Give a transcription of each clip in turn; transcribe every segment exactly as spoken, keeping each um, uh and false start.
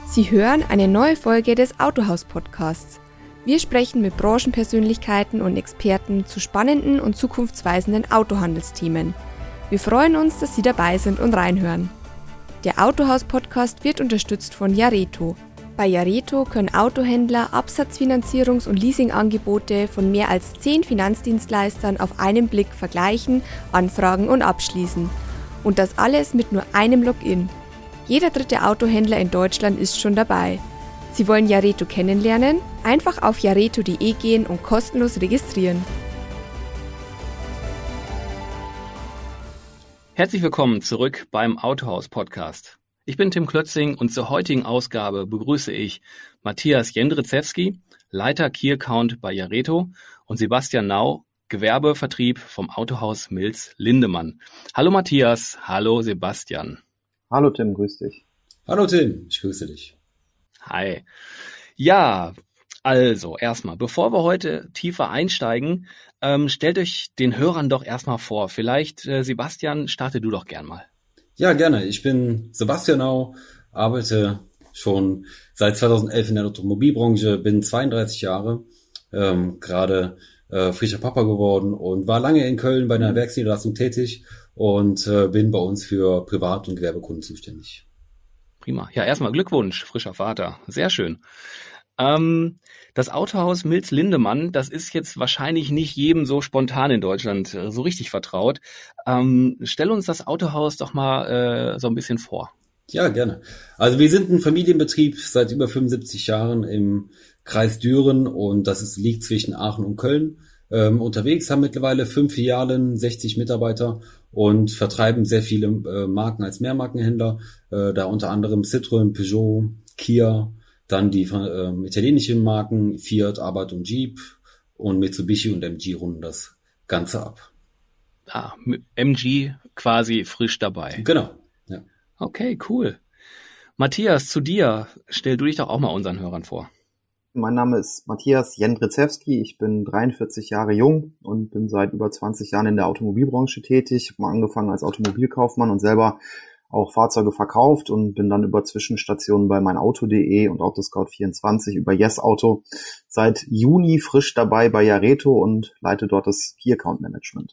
Sie hören eine neue Folge des Autohaus-Podcasts. Wir sprechen mit Branchenpersönlichkeiten und Experten zu spannenden und zukunftsweisenden Autohandelsthemen. Wir freuen uns, dass Sie dabei sind und reinhören. Der Autohaus-Podcast wird unterstützt von Jareto. Bei Jareto können Autohändler Absatzfinanzierungs- und Leasingangebote von mehr als zehn Finanzdienstleistern auf einen Blick vergleichen, anfragen und abschließen. Und das alles mit nur einem Login. Jeder dritte Autohändler in Deutschland ist schon dabei. Sie wollen Jareto kennenlernen? Einfach auf jareto punkt de gehen und kostenlos registrieren. Herzlich willkommen zurück beim Autohaus-Podcast. Ich bin Tim Klötzing und zur heutigen Ausgabe begrüße ich Matthias Jędrzejewski, Leiter Key Account bei Jareto, und Sebastian Nau, Gewerbevertrieb vom Autohaus Mills Lindemann. Hallo Matthias, hallo Sebastian. Hallo Tim, grüß dich. Hallo Tim, ich grüße dich. Hi. Ja, also erstmal, bevor wir heute tiefer einsteigen, ähm, stellt euch den Hörern doch erstmal vor. Vielleicht, äh, Sebastian, starte du doch gern mal. Ja, gerne. Ich bin Sebastian Nau, arbeite schon seit zweitausendelf in der Automobilbranche, bin zweiunddreißig Jahre, ähm, gerade äh, frischer Papa geworden und war lange in Köln bei einer Werksniederlassung tätig und äh, bin bei uns für Privat- und Gewerbekunden zuständig. Prima. Ja, erstmal Glückwunsch, frischer Vater. Sehr schön. Ähm, das Autohaus Mills Lindemann, das ist jetzt wahrscheinlich nicht jedem so spontan in Deutschland äh, so richtig vertraut. Ähm, stell uns das Autohaus doch mal äh, so ein bisschen vor. Ja, gerne. Also wir sind ein Familienbetrieb seit über fünfundsiebzig Jahren im Kreis Düren und das ist, liegt zwischen Aachen und Köln. Ähm, unterwegs, haben mittlerweile fünf Filialen, sechzig Mitarbeiter und vertreiben sehr viele äh, Marken als Mehrmarkenhändler, äh, da unter anderem Citroën, Peugeot, Kia, dann die äh, italienischen Marken Fiat, Abarth und Jeep und Mitsubishi und M G runden das Ganze ab. Ah, M G quasi frisch dabei. Genau, ja. Okay, cool. Matthias, zu dir, stell du dich doch auch mal unseren Hörern vor. Mein Name ist Matthias Jędrzejewski, ich bin dreiundvierzig Jahre jung und bin seit über zwanzig Jahren in der Automobilbranche tätig. Ich habe mal angefangen als Automobilkaufmann und selber auch Fahrzeuge verkauft und bin dann über Zwischenstationen bei meinauto punkt de und Autoscout vierundzwanzig über Yes Auto seit Juni frisch dabei bei Jareto und leite dort das Key Account Management.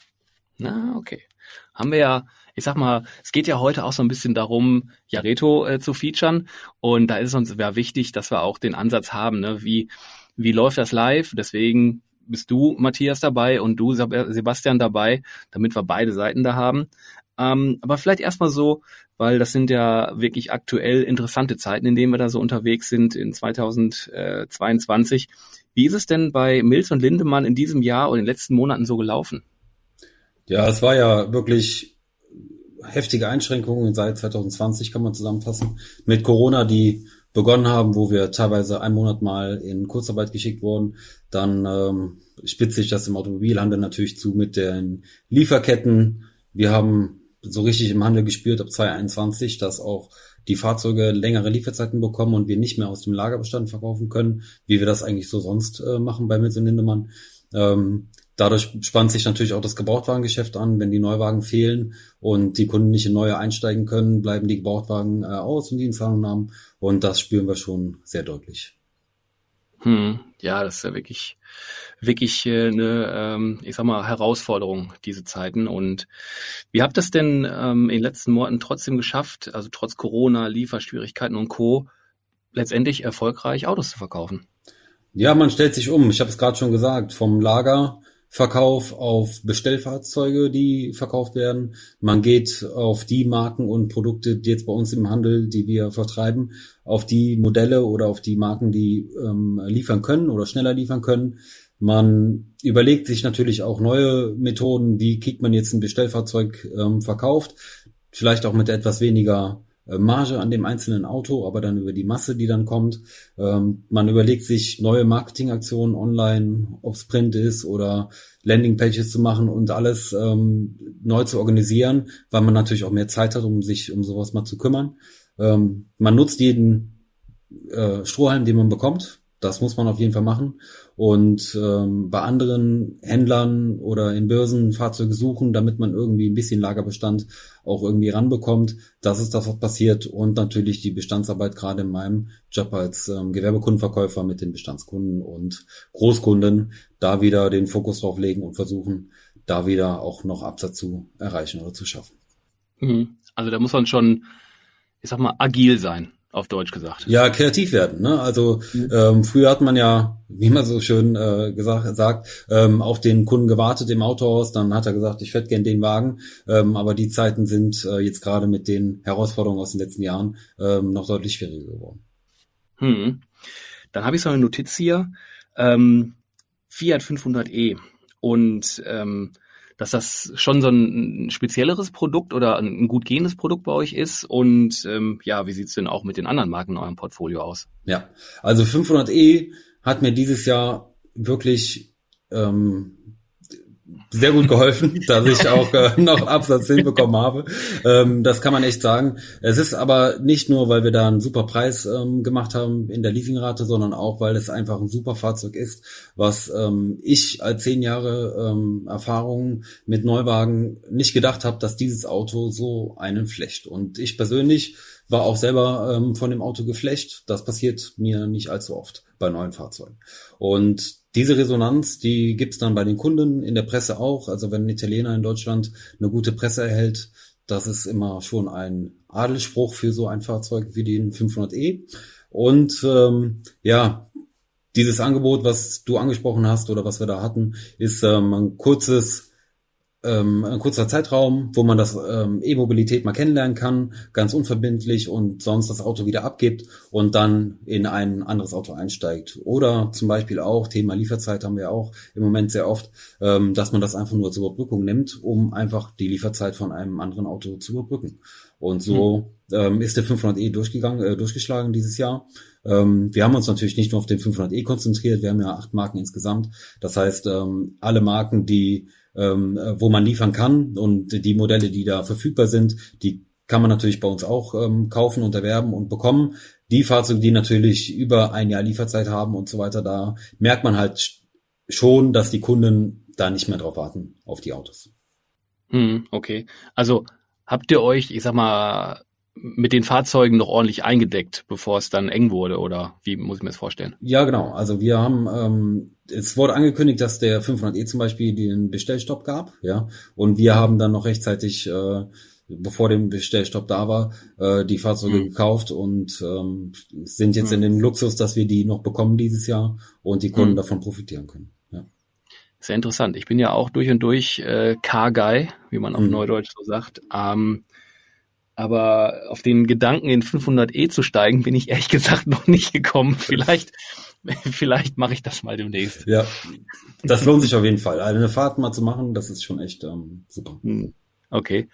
Na, okay. Haben wir ja, ich sag mal, es geht ja heute auch so ein bisschen darum, Jareto äh, zu featuren, und da ist es uns ja wichtig, dass wir auch den Ansatz haben, ne? Wie, wie läuft das live? Deswegen bist du, Matthias, dabei und du, Sebastian, dabei, damit wir beide Seiten da haben. Ähm, aber vielleicht erstmal so, weil das sind ja wirklich aktuell interessante Zeiten, in denen wir da so unterwegs sind in zweitausendzweiundzwanzig. Wie ist es denn bei Mills und Lindemann in diesem Jahr und in den letzten Monaten so gelaufen? Ja, es war ja wirklich heftige Einschränkungen seit zweitausendzwanzig, kann man zusammenfassen. Mit Corona, die begonnen haben, wo wir teilweise einen Monat mal in Kurzarbeit geschickt wurden. Dann ähm, spitzt sich das im Automobilhandel natürlich zu mit den Lieferketten. Wir haben so richtig im Handel gespürt ab zweitausendeinundzwanzig, dass auch die Fahrzeuge längere Lieferzeiten bekommen und wir nicht mehr aus dem Lagerbestand verkaufen können, wie wir das eigentlich so sonst äh, machen bei Mills und Lindemann. Ähm, Dadurch spannt sich natürlich auch das Gebrauchtwagengeschäft an. Wenn die Neuwagen fehlen und die Kunden nicht in neue einsteigen können, bleiben die Gebrauchtwagen äh, aus und die in Zahlung haben. Und das spüren wir schon sehr deutlich. Hm, ja, das ist ja wirklich, wirklich äh, eine, ähm, ich sag mal, Herausforderung, diese Zeiten. Und wie habt ihr es denn ähm, in den letzten Monaten trotzdem geschafft, also trotz Corona, Lieferschwierigkeiten und Co., letztendlich erfolgreich Autos zu verkaufen? Ja, man stellt sich um. Ich habe es gerade schon gesagt, vom Lager Verkauf auf Bestellfahrzeuge, die verkauft werden. Man geht auf die Marken und Produkte, die jetzt bei uns im Handel, die wir vertreiben, auf die Modelle oder auf die Marken, die ähm, liefern können oder schneller liefern können. Man überlegt sich natürlich auch neue Methoden, wie kriegt man jetzt ein Bestellfahrzeug ähm, verkauft, vielleicht auch mit etwas weniger Marge an dem einzelnen Auto, aber dann über die Masse, die dann kommt. Ähm, man überlegt sich neue Marketingaktionen online, ob es Print ist oder Landingpages zu machen und alles ähm, neu zu organisieren, weil man natürlich auch mehr Zeit hat, um sich um sowas mal zu kümmern. Ähm, man nutzt jeden äh, Strohhalm, den man bekommt. Das muss man auf jeden Fall machen. Und ähm, bei anderen Händlern oder in Börsen Fahrzeuge suchen, damit man irgendwie ein bisschen Lagerbestand auch irgendwie ranbekommt. Das ist das, was passiert. Und natürlich die Bestandsarbeit, gerade in meinem Job als ähm, Gewerbekundenverkäufer mit den Bestandskunden und Großkunden, da wieder den Fokus drauf legen und versuchen, da wieder auch noch Absatz zu erreichen oder zu schaffen. Also da muss man schon, ich sag mal, agil sein, auf Deutsch gesagt. Ja, kreativ werden. Ne? Also mhm. ähm, früher hat man ja, wie man so schön äh, gesagt sagt, ähm, auf den Kunden gewartet im Autohaus. Dann hat er gesagt, ich hätte gern den Wagen. Ähm, aber die Zeiten sind äh, jetzt gerade mit den Herausforderungen aus den letzten Jahren ähm, noch deutlich schwieriger geworden. Hm. Dann habe ich so eine Notiz hier. Ähm, Fiat fünfhundert e. Und ähm, dass das schon so ein spezielleres Produkt oder ein gut gehendes Produkt bei euch ist. Und ähm, ja, wie sieht's denn auch mit den anderen Marken in eurem Portfolio aus? Ja, also fünfhundert e hat mir dieses Jahr wirklich ähm, sehr gut geholfen, dass ich auch äh, noch Absatz hinbekommen habe. Ähm, das kann man echt sagen. Es ist aber nicht nur, weil wir da einen super Preis ähm, gemacht haben in der Leasingrate, sondern auch, weil es einfach ein super Fahrzeug ist, was ähm, ich als zehn Jahre ähm, Erfahrung mit Neuwagen nicht gedacht habe, dass dieses Auto so einen flecht. Und ich persönlich war auch selber ähm, von dem Auto geflecht. Das passiert mir nicht allzu oft bei neuen Fahrzeugen. Und diese Resonanz, die gibt's dann bei den Kunden, in der Presse auch. Also wenn ein Italiener in Deutschland eine gute Presse erhält, das ist immer schon ein Adelsspruch für so ein Fahrzeug wie den fünfhundert e. Und ähm, ja, dieses Angebot, was du angesprochen hast oder was wir da hatten, ist ähm, ein kurzes Ähm, ein kurzer Zeitraum, wo man das ähm, E-Mobilität mal kennenlernen kann, ganz unverbindlich und sonst das Auto wieder abgibt und dann in ein anderes Auto einsteigt. Oder zum Beispiel auch, Thema Lieferzeit haben wir auch im Moment sehr oft, ähm, dass man das einfach nur zur Überbrückung nimmt, um einfach die Lieferzeit von einem anderen Auto zu überbrücken. Und so mhm. ähm, ist der fünfhundert e durchgegangen, äh, durchgeschlagen dieses Jahr. Ähm, wir haben uns natürlich nicht nur auf den fünfhundert e konzentriert, wir haben ja acht Marken insgesamt. Das heißt, ähm, alle Marken, die Ähm, wo man liefern kann und die Modelle, die da verfügbar sind, die kann man natürlich bei uns auch ähm, kaufen und erwerben und bekommen. Die Fahrzeuge, die natürlich über ein Jahr Lieferzeit haben und so weiter, da merkt man halt schon, dass die Kunden da nicht mehr drauf warten, auf die Autos. Hm, okay. Also habt ihr euch, ich sag mal, mit den Fahrzeugen noch ordentlich eingedeckt, bevor es dann eng wurde, oder wie muss ich mir das vorstellen? Ja, genau. Also wir haben, ähm, es wurde angekündigt, dass der fünfhundert e zum Beispiel den Bestellstopp gab, ja, und wir haben dann noch rechtzeitig, äh, bevor der Bestellstopp da war, äh, die Fahrzeuge mhm. gekauft und ähm, sind jetzt mhm. in dem Luxus, dass wir die noch bekommen dieses Jahr und die Kunden mhm. davon profitieren können. Ja. Sehr interessant. Ich bin ja auch durch und durch äh, Car-Guy, wie man auf mhm. Neudeutsch so sagt. Ähm, Aber auf den Gedanken, in fünfhundert e zu steigen, bin ich ehrlich gesagt noch nicht gekommen. Vielleicht, vielleicht mache ich das mal demnächst. Ja, das lohnt sich auf jeden Fall. Eine Fahrt mal zu machen, das ist schon echt ähm, super. Okay.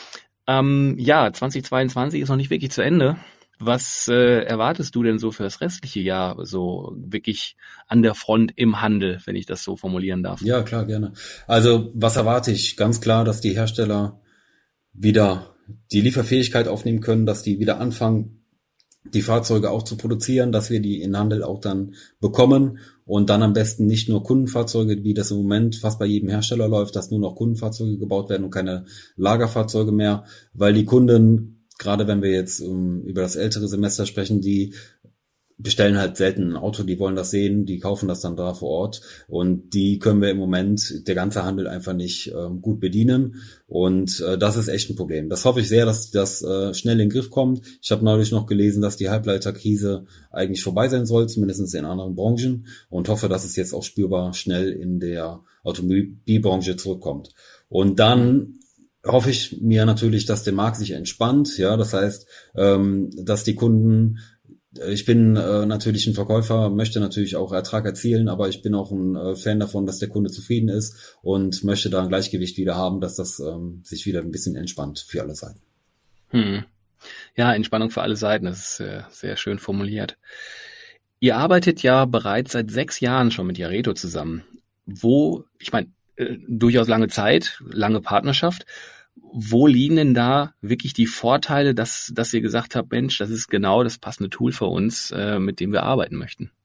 Ähm, ja, zweitausendzweiundzwanzig ist noch nicht wirklich zu Ende. Was äh, erwartest du denn so für das restliche Jahr, so wirklich an der Front im Handel, wenn ich das so formulieren darf? Ja, klar, gerne. Also was erwarte ich? Ganz klar, dass die Hersteller wieder die Lieferfähigkeit aufnehmen können, dass die wieder anfangen, die Fahrzeuge auch zu produzieren, dass wir die in Handel auch dann bekommen und dann am besten nicht nur Kundenfahrzeuge, wie das im Moment fast bei jedem Hersteller läuft, dass nur noch Kundenfahrzeuge gebaut werden und keine Lagerfahrzeuge mehr, weil die Kunden, gerade wenn wir jetzt um, über das ältere Semester sprechen, die bestellen halt selten ein Auto, die wollen das sehen, die kaufen das dann da vor Ort und die können wir im Moment, der ganze Handel einfach nicht ähm, gut bedienen und äh, das ist echt ein Problem. Das hoffe ich sehr, dass das äh, schnell in den Griff kommt. Ich habe neulich noch gelesen, dass die Halbleiterkrise eigentlich vorbei sein soll, zumindest in anderen Branchen und hoffe, dass es jetzt auch spürbar schnell in der Automobilbranche zurückkommt. Und dann hoffe ich mir natürlich, dass der Markt sich entspannt, ja, das heißt, ähm, dass die Kunden Ich bin äh, natürlich ein Verkäufer, möchte natürlich auch Ertrag erzielen, aber ich bin auch ein äh, Fan davon, dass der Kunde zufrieden ist und möchte da ein Gleichgewicht wieder haben, dass das ähm, sich wieder ein bisschen entspannt für alle Seiten. Hm. Ja, Entspannung für alle Seiten, das ist äh, sehr schön formuliert. Ihr arbeitet ja bereits seit sechs Jahren schon mit Jareto zusammen. Wo, ich meine, äh, durchaus lange Zeit, lange Partnerschaft. Wo liegen denn da wirklich die Vorteile, dass, dass ihr gesagt habt, Mensch, das ist genau das passende Tool für uns, äh, mit dem wir arbeiten möchten?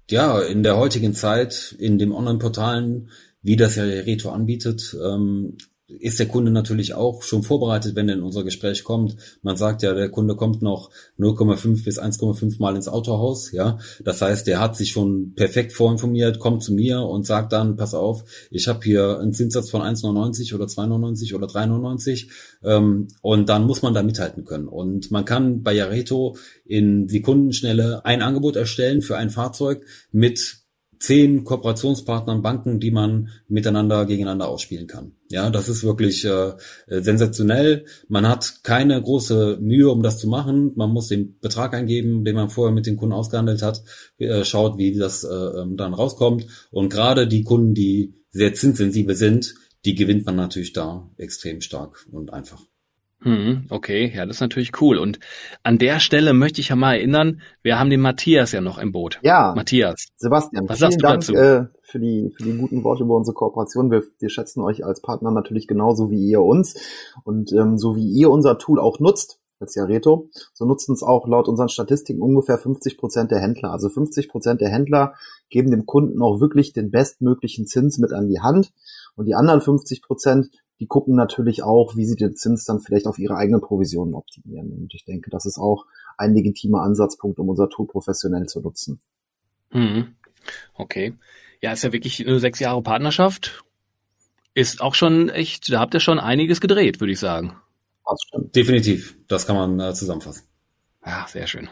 Ja, in der heutigen Zeit, in den Online-Portalen, wie das ja Jareto anbietet, ähm, ist der Kunde natürlich auch schon vorbereitet, wenn er in unser Gespräch kommt. Man sagt ja, der Kunde kommt noch null Komma fünf bis eins Komma fünf Mal ins Autohaus, ja. Das heißt, der hat sich schon perfekt vorinformiert, kommt zu mir und sagt dann, pass auf, ich habe hier einen Zinssatz von eins Komma neunundneunzig oder zwei Komma neunundneunzig oder drei Komma neunundneunzig, ähm, und dann muss man da mithalten können. Und man kann bei Jareto in Sekundenschnelle ein Angebot erstellen für ein Fahrzeug mit zehn Kooperationspartnern, Banken, die man miteinander gegeneinander ausspielen kann. Ja, das ist wirklich äh, sensationell. Man hat keine große Mühe, um das zu machen. Man muss den Betrag eingeben, den man vorher mit den Kunden ausgehandelt hat, äh, schaut, wie das äh, dann rauskommt. Und gerade die Kunden, die sehr zinssensibel sind, die gewinnt man natürlich da extrem stark und einfach. Hm, okay, ja, das ist natürlich cool. Und an der Stelle möchte ich ja mal erinnern, wir haben den Matthias ja noch im Boot. Ja, Matthias, Sebastian, was vielen sagst du Dank dazu? äh, für die für die guten Worte über unsere Kooperation. Wir, wir schätzen euch als Partner natürlich genauso wie ihr uns. Und ähm, so wie ihr unser Tool auch nutzt, als Jareto, so nutzen es auch laut unseren Statistiken ungefähr fünfzig Prozent der Händler. Also fünfzig Prozent der Händler geben dem Kunden auch wirklich den bestmöglichen Zins mit an die Hand. Und die anderen fünfzig Prozent, die gucken natürlich auch, wie sie den Zins dann vielleicht auf ihre eigenen Provisionen optimieren. Und ich denke, das ist auch ein legitimer Ansatzpunkt, um unser Tool professionell zu nutzen. Hm, okay. Ja, ist ja wirklich eine sechs Jahre Partnerschaft. Ist auch schon echt, da habt ihr schon einiges gedreht, würde ich sagen. Das stimmt. Definitiv, das kann man äh, zusammenfassen. Ja, sehr schön.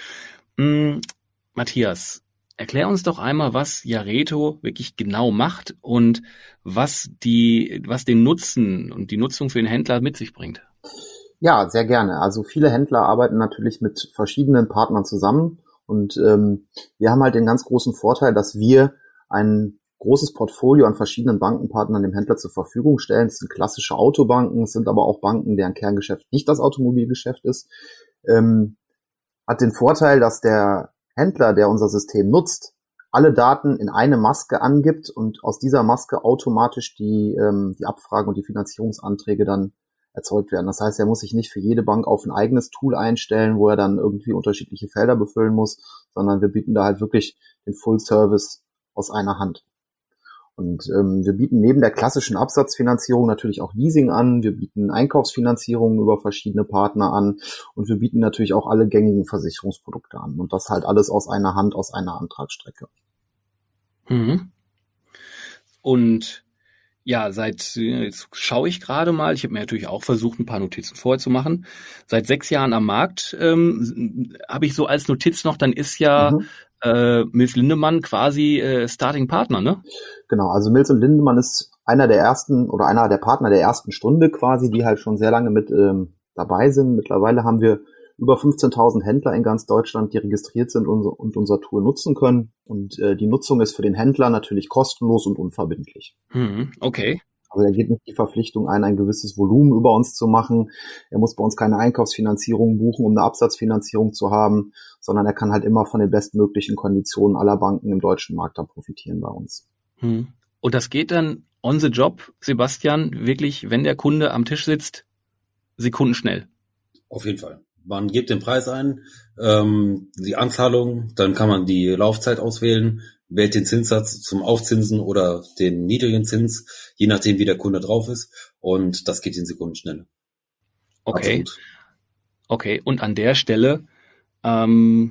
Hm, Matthias, erklär uns doch einmal, was Jareto wirklich genau macht und was die, was den Nutzen und die Nutzung für den Händler mit sich bringt. Ja, sehr gerne. Also viele Händler arbeiten natürlich mit verschiedenen Partnern zusammen und ähm, wir haben halt den ganz großen Vorteil, dass wir ein großes Portfolio an verschiedenen Bankenpartnern dem Händler zur Verfügung stellen. Es sind klassische Autobanken, es sind aber auch Banken, deren Kerngeschäft nicht das Automobilgeschäft ist. Ähm, hat den Vorteil, dass der Händler, der unser System nutzt, alle Daten in eine Maske angibt und aus dieser Maske automatisch die, ähm, die Abfragen und die Finanzierungsanträge dann erzeugt werden. Das heißt, er muss sich nicht für jede Bank auf ein eigenes Tool einstellen, wo er dann irgendwie unterschiedliche Felder befüllen muss, sondern wir bieten da halt wirklich den Full Service aus einer Hand. Und ähm, wir bieten neben der klassischen Absatzfinanzierung natürlich auch Leasing an, wir bieten Einkaufsfinanzierungen über verschiedene Partner an und wir bieten natürlich auch alle gängigen Versicherungsprodukte an. Und das halt alles aus einer Hand, aus einer Antragsstrecke. Mhm. Und ja, seit, jetzt schaue ich gerade mal, ich habe mir natürlich auch versucht, ein paar Notizen vorher zu machen. Seit sechs Jahren am Markt ähm, habe ich so als Notiz noch, dann ist ja mhm. äh, Mills Lindemann quasi äh, Starting Partner, ne? Genau, also Mills und Lindemann ist einer der ersten oder einer der Partner der ersten Stunde quasi, die halt schon sehr lange mit ähm, dabei sind. Mittlerweile haben wir über fünfzehntausend Händler in ganz Deutschland, die registriert sind und, und unser Tool nutzen können. Und äh, die Nutzung ist für den Händler natürlich kostenlos und unverbindlich. Hm, okay. Also er geht nicht die Verpflichtung ein, ein gewisses Volumen über uns zu machen. Er muss bei uns keine Einkaufsfinanzierung buchen, um eine Absatzfinanzierung zu haben, sondern er kann halt immer von den bestmöglichen Konditionen aller Banken im deutschen Markt dann profitieren bei uns. Hm. Und das geht dann on the job, Sebastian, wirklich, wenn der Kunde am Tisch sitzt, sekundenschnell? Auf jeden Fall. Man gibt den Preis ein, ähm, die Anzahlung, dann kann man die Laufzeit auswählen, wählt den Zinssatz zum Aufzinsen oder den niedrigen Zins, je nachdem wie der Kunde drauf ist, und das geht in Sekundenschnelle. Okay. Absolut. Okay, und an der Stelle, ähm,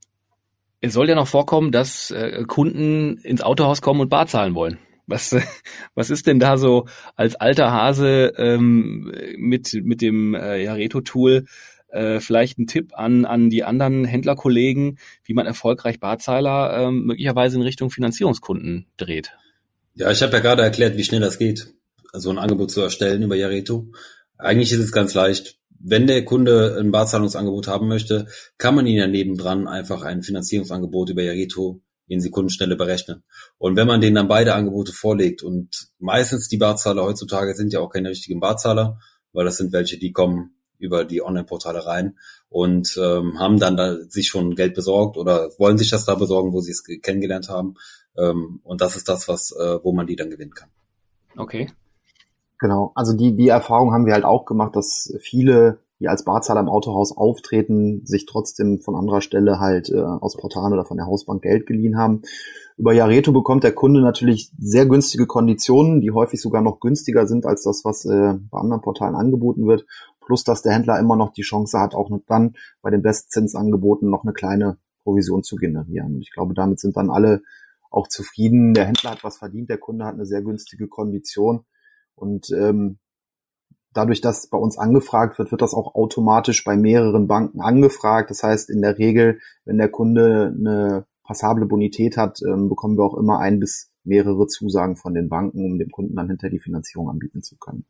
es soll ja noch vorkommen, dass äh, Kunden ins Autohaus kommen und bar zahlen wollen. Was, was ist denn da so als alter Hase ähm, mit mit dem äh, Jareto-Tool äh, vielleicht ein Tipp an an die anderen Händlerkollegen, wie man erfolgreich Barzahler ähm, möglicherweise in Richtung Finanzierungskunden dreht? Ja, ich habe ja gerade erklärt, wie schnell das geht, so ein Angebot zu erstellen über Jareto. Eigentlich ist es ganz leicht. Wenn der Kunde ein Barzahlungsangebot haben möchte, kann man ihn ja nebendran einfach ein Finanzierungsangebot über Jareto in Sekundenschnelle berechnen. Und wenn man denen dann beide Angebote vorlegt, und meistens die Barzahler heutzutage sind ja auch keine richtigen Barzahler, weil das sind welche, die kommen über die Online-Portale rein und ähm, haben dann da sich schon Geld besorgt oder wollen sich das da besorgen, wo sie es kennengelernt haben. Ähm, und das ist das, was äh, wo man die dann gewinnen kann. Okay. Genau, also die die Erfahrung haben wir halt auch gemacht, dass viele die als Barzahler im Autohaus auftreten, sich trotzdem von anderer Stelle halt äh, aus Portalen oder von der Hausbank Geld geliehen haben. Über Jareto bekommt der Kunde natürlich sehr günstige Konditionen, die häufig sogar noch günstiger sind als das, was äh, bei anderen Portalen angeboten wird. Plus, dass der Händler immer noch die Chance hat, auch dann bei den Bestzinsangeboten noch eine kleine Provision zu generieren. Und ich glaube, damit sind dann alle auch zufrieden. Der Händler hat was verdient, der Kunde hat eine sehr günstige Kondition. Und ähm, dadurch, dass bei uns angefragt wird, wird das auch automatisch bei mehreren Banken angefragt. Das heißt, in der Regel, wenn der Kunde eine passable Bonität hat, ähm, bekommen wir auch immer ein bis mehrere Zusagen von den Banken, um dem Kunden dann hinterher die Finanzierung anbieten zu können.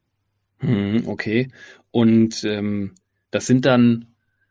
Hm, okay. Und ähm, das sind dann,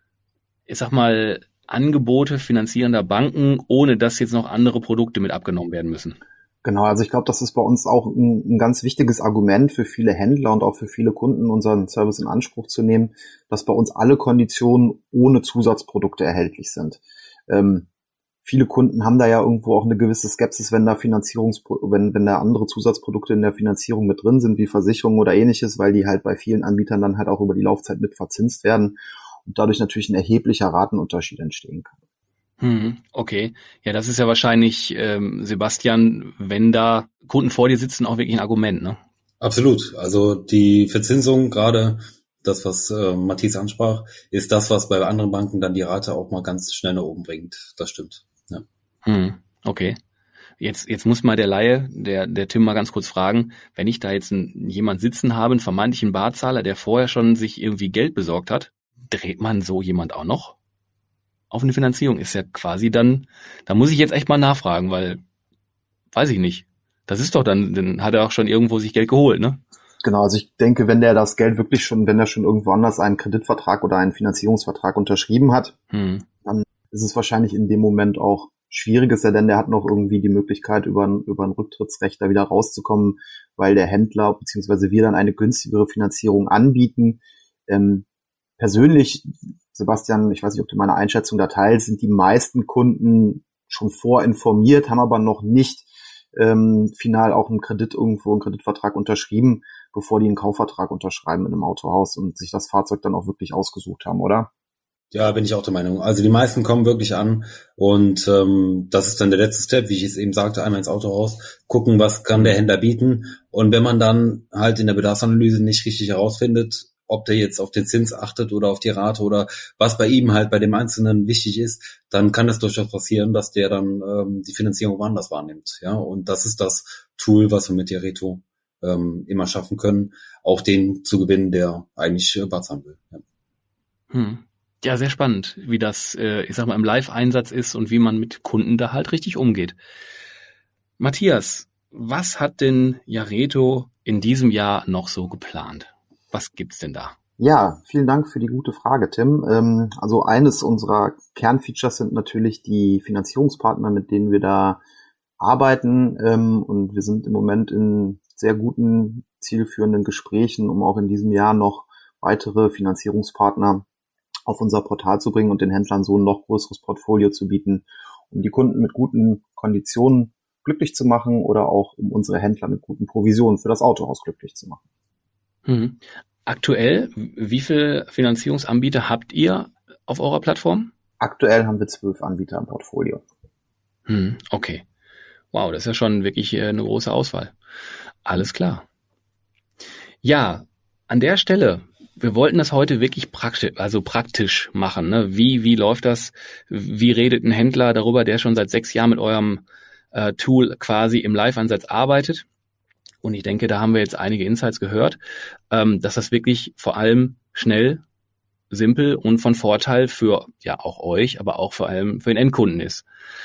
ich sag mal, Angebote finanzierender Banken, ohne dass jetzt noch andere Produkte mit abgenommen werden müssen. Genau, also ich glaube, das ist bei uns auch ein, ein ganz wichtiges Argument für viele Händler und auch für viele Kunden, unseren Service in Anspruch zu nehmen, dass bei uns alle Konditionen ohne Zusatzprodukte erhältlich sind. Ähm, viele Kunden haben da ja irgendwo auch eine gewisse Skepsis, wenn da Finanzierungs, wenn, wenn da andere Zusatzprodukte in der Finanzierung mit drin sind, wie Versicherungen oder ähnliches, weil die halt bei vielen Anbietern dann halt auch über die Laufzeit mit verzinst werden und dadurch natürlich ein erheblicher Ratenunterschied entstehen kann. Hm, okay. Ja, das ist ja wahrscheinlich, ähm, Sebastian, wenn da Kunden vor dir sitzen, auch wirklich ein Argument, ne? Absolut. Also die Verzinsung, gerade das, was äh, Matthias ansprach, ist das, was bei anderen Banken dann die Rate auch mal ganz schnell nach oben bringt. Das stimmt. Ja. Hm, okay. Jetzt, jetzt muss mal der Laie, der, der Tim mal ganz kurz fragen, wenn ich da jetzt einen, jemand sitzen habe, einen vermeintlichen Barzahler, der vorher schon sich irgendwie Geld besorgt hat, dreht man so jemand auch noch auf eine Finanzierung? Ist ja quasi dann, da muss ich jetzt echt mal nachfragen, weil, weiß ich nicht. Das ist doch dann, dann hat er auch schon irgendwo sich Geld geholt, ne? Genau, also ich denke, wenn der das Geld wirklich schon, wenn er schon irgendwo anders einen Kreditvertrag oder einen Finanzierungsvertrag unterschrieben hat, hm. dann ist es wahrscheinlich in dem Moment auch schwierig, ist ja denn, der hat noch irgendwie die Möglichkeit, über ein, über ein Rücktrittsrecht da wieder rauszukommen, weil der Händler bzw. wir dann eine günstigere Finanzierung anbieten. Ähm, persönlich, Sebastian, ich weiß nicht, ob du meine Einschätzung da teilst, sind die meisten Kunden schon vorinformiert, haben aber noch nicht ähm, final auch einen Kredit irgendwo, einen Kreditvertrag unterschrieben, bevor die einen Kaufvertrag unterschreiben in einem Autohaus und sich das Fahrzeug dann auch wirklich ausgesucht haben, oder? Ja, bin ich auch der Meinung. Also die meisten kommen wirklich an und ähm, das ist dann der letzte Step, wie ich es eben sagte, einmal ins Autohaus, gucken, was kann der Händler bieten, und wenn man dann halt in der Bedarfsanalyse nicht richtig herausfindet, ob der jetzt auf den Zins achtet oder auf die Rate oder was bei ihm halt bei dem Einzelnen wichtig ist, dann kann es durchaus passieren, dass der dann ähm, die Finanzierung woanders wahrnimmt. Ja, und das ist das Tool, was wir mit Jareto ähm, immer schaffen können, auch den zu gewinnen, der eigentlich äh, Barzahlen will. Ja. Hm. Ja, sehr spannend, wie das, äh, ich sag mal, im Live-Einsatz ist und wie man mit Kunden da halt richtig umgeht. Matthias, was hat denn Jareto in diesem Jahr noch so geplant? Was gibt's denn da? Ja, vielen Dank für die gute Frage, Tim. Ähm, also eines unserer Kernfeatures sind natürlich die Finanzierungspartner, mit denen wir da arbeiten. Ähm, und wir sind im Moment in sehr guten, zielführenden Gesprächen, um auch in diesem Jahr noch weitere Finanzierungspartner auf unser Portal zu bringen und den Händlern so ein noch größeres Portfolio zu bieten, um die Kunden mit guten Konditionen glücklich zu machen oder auch um unsere Händler mit guten Provisionen für das Autohaus glücklich zu machen. Hm. Aktuell, wie viele Finanzierungsanbieter habt ihr auf eurer Plattform? Aktuell haben wir zwölf Anbieter im Portfolio. Hm, okay. Wow, das ist ja schon wirklich eine große Auswahl. Alles klar. Ja, an der Stelle, wir wollten das heute wirklich praktisch, also praktisch machen. Ne? Wie, wie läuft das? Wie redet ein Händler darüber, der schon seit sechs Jahren mit eurem äh, Tool quasi im Live-Ansatz arbeitet? Und ich denke, da haben wir jetzt einige Insights gehört, ähm, dass das wirklich vor allem schnell, simpel und von Vorteil für ja auch euch, aber auch vor allem für den Endkunden ist.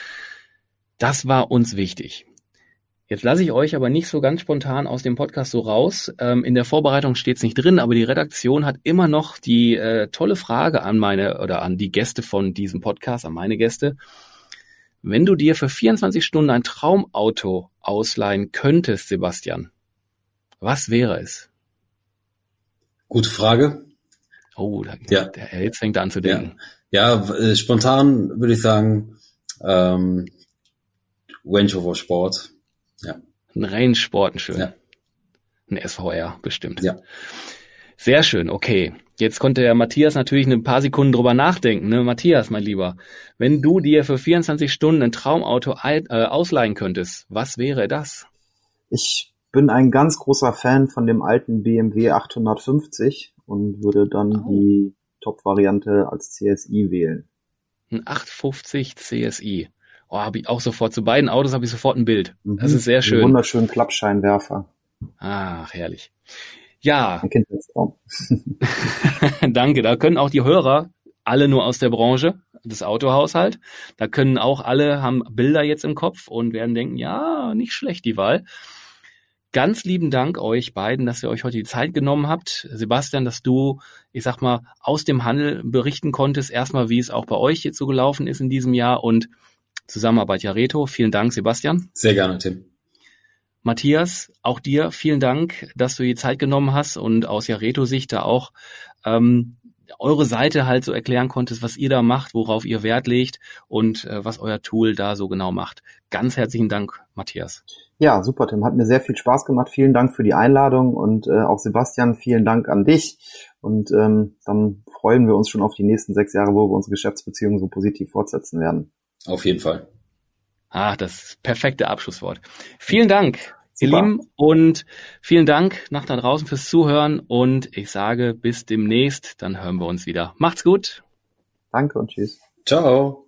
Das war uns wichtig. Jetzt lasse ich euch aber nicht so ganz spontan aus dem Podcast so raus. Ähm, in der Vorbereitung steht es nicht drin, aber die Redaktion hat immer noch die äh, tolle Frage an meine oder an die Gäste von diesem Podcast, an meine Gäste. Wenn du dir für vierundzwanzig Stunden ein Traumauto ausleihen könntest, Sebastian, was wäre es? Gute Frage. Oh, da, ja. der, jetzt fängt er an zu denken. Ja, ja äh, spontan würde ich sagen ähm, Range Rover Sport. Ja. Ein Rennsport, schön. Ja. Ein S V R bestimmt. Ja. Sehr schön, okay. Jetzt konnte der Matthias natürlich ein paar Sekunden drüber nachdenken. Ne? Matthias, mein Lieber, wenn du dir für vierundzwanzig Stunden ein Traumauto ein, äh, ausleihen könntest, was wäre das? Ich bin ein ganz großer Fan von dem alten B M W achthundertfünfzig und würde dann oh. die Top-Variante als C S I wählen. Ein achthundertfünfzig C S I. Oh, habe ich auch sofort. Zu beiden Autos habe ich sofort ein Bild. Mhm. Das ist sehr schön. Einen wunderschönen Klappscheinwerfer. Ach, herrlich. Ja. Ein Kindheitstraum. Danke. Da können auch die Hörer, alle nur aus der Branche, des Autohaushalt, da können auch alle, haben Bilder jetzt im Kopf und werden denken, ja, nicht schlecht die Wahl. Ganz lieben Dank euch beiden, dass ihr euch heute die Zeit genommen habt. Sebastian, dass du, ich sag mal, aus dem Handel berichten konntest, erstmal, wie es auch bei euch jetzt so gelaufen ist in diesem Jahr und Zusammenarbeit Jareto. Vielen Dank, Sebastian. Sehr gerne, Tim. Matthias, auch dir vielen Dank, dass du die Zeit genommen hast und aus Jareto-Sicht da auch ähm, eure Seite halt so erklären konntest, was ihr da macht, worauf ihr Wert legt und äh, was euer Tool da so genau macht. Ganz herzlichen Dank, Matthias. Ja, super, Tim. Hat mir sehr viel Spaß gemacht. Vielen Dank für die Einladung und äh, auch Sebastian, vielen Dank an dich. Und ähm, dann freuen wir uns schon auf die nächsten sechs Jahre, wo wir unsere Geschäftsbeziehungen so positiv fortsetzen werden. Auf jeden Fall. Ah, das perfekte Abschlusswort. Vielen Dank, super. Ihr Lieben, und vielen Dank nach da draußen fürs Zuhören und ich sage bis demnächst, dann hören wir uns wieder. Macht's gut. Danke und tschüss. Ciao.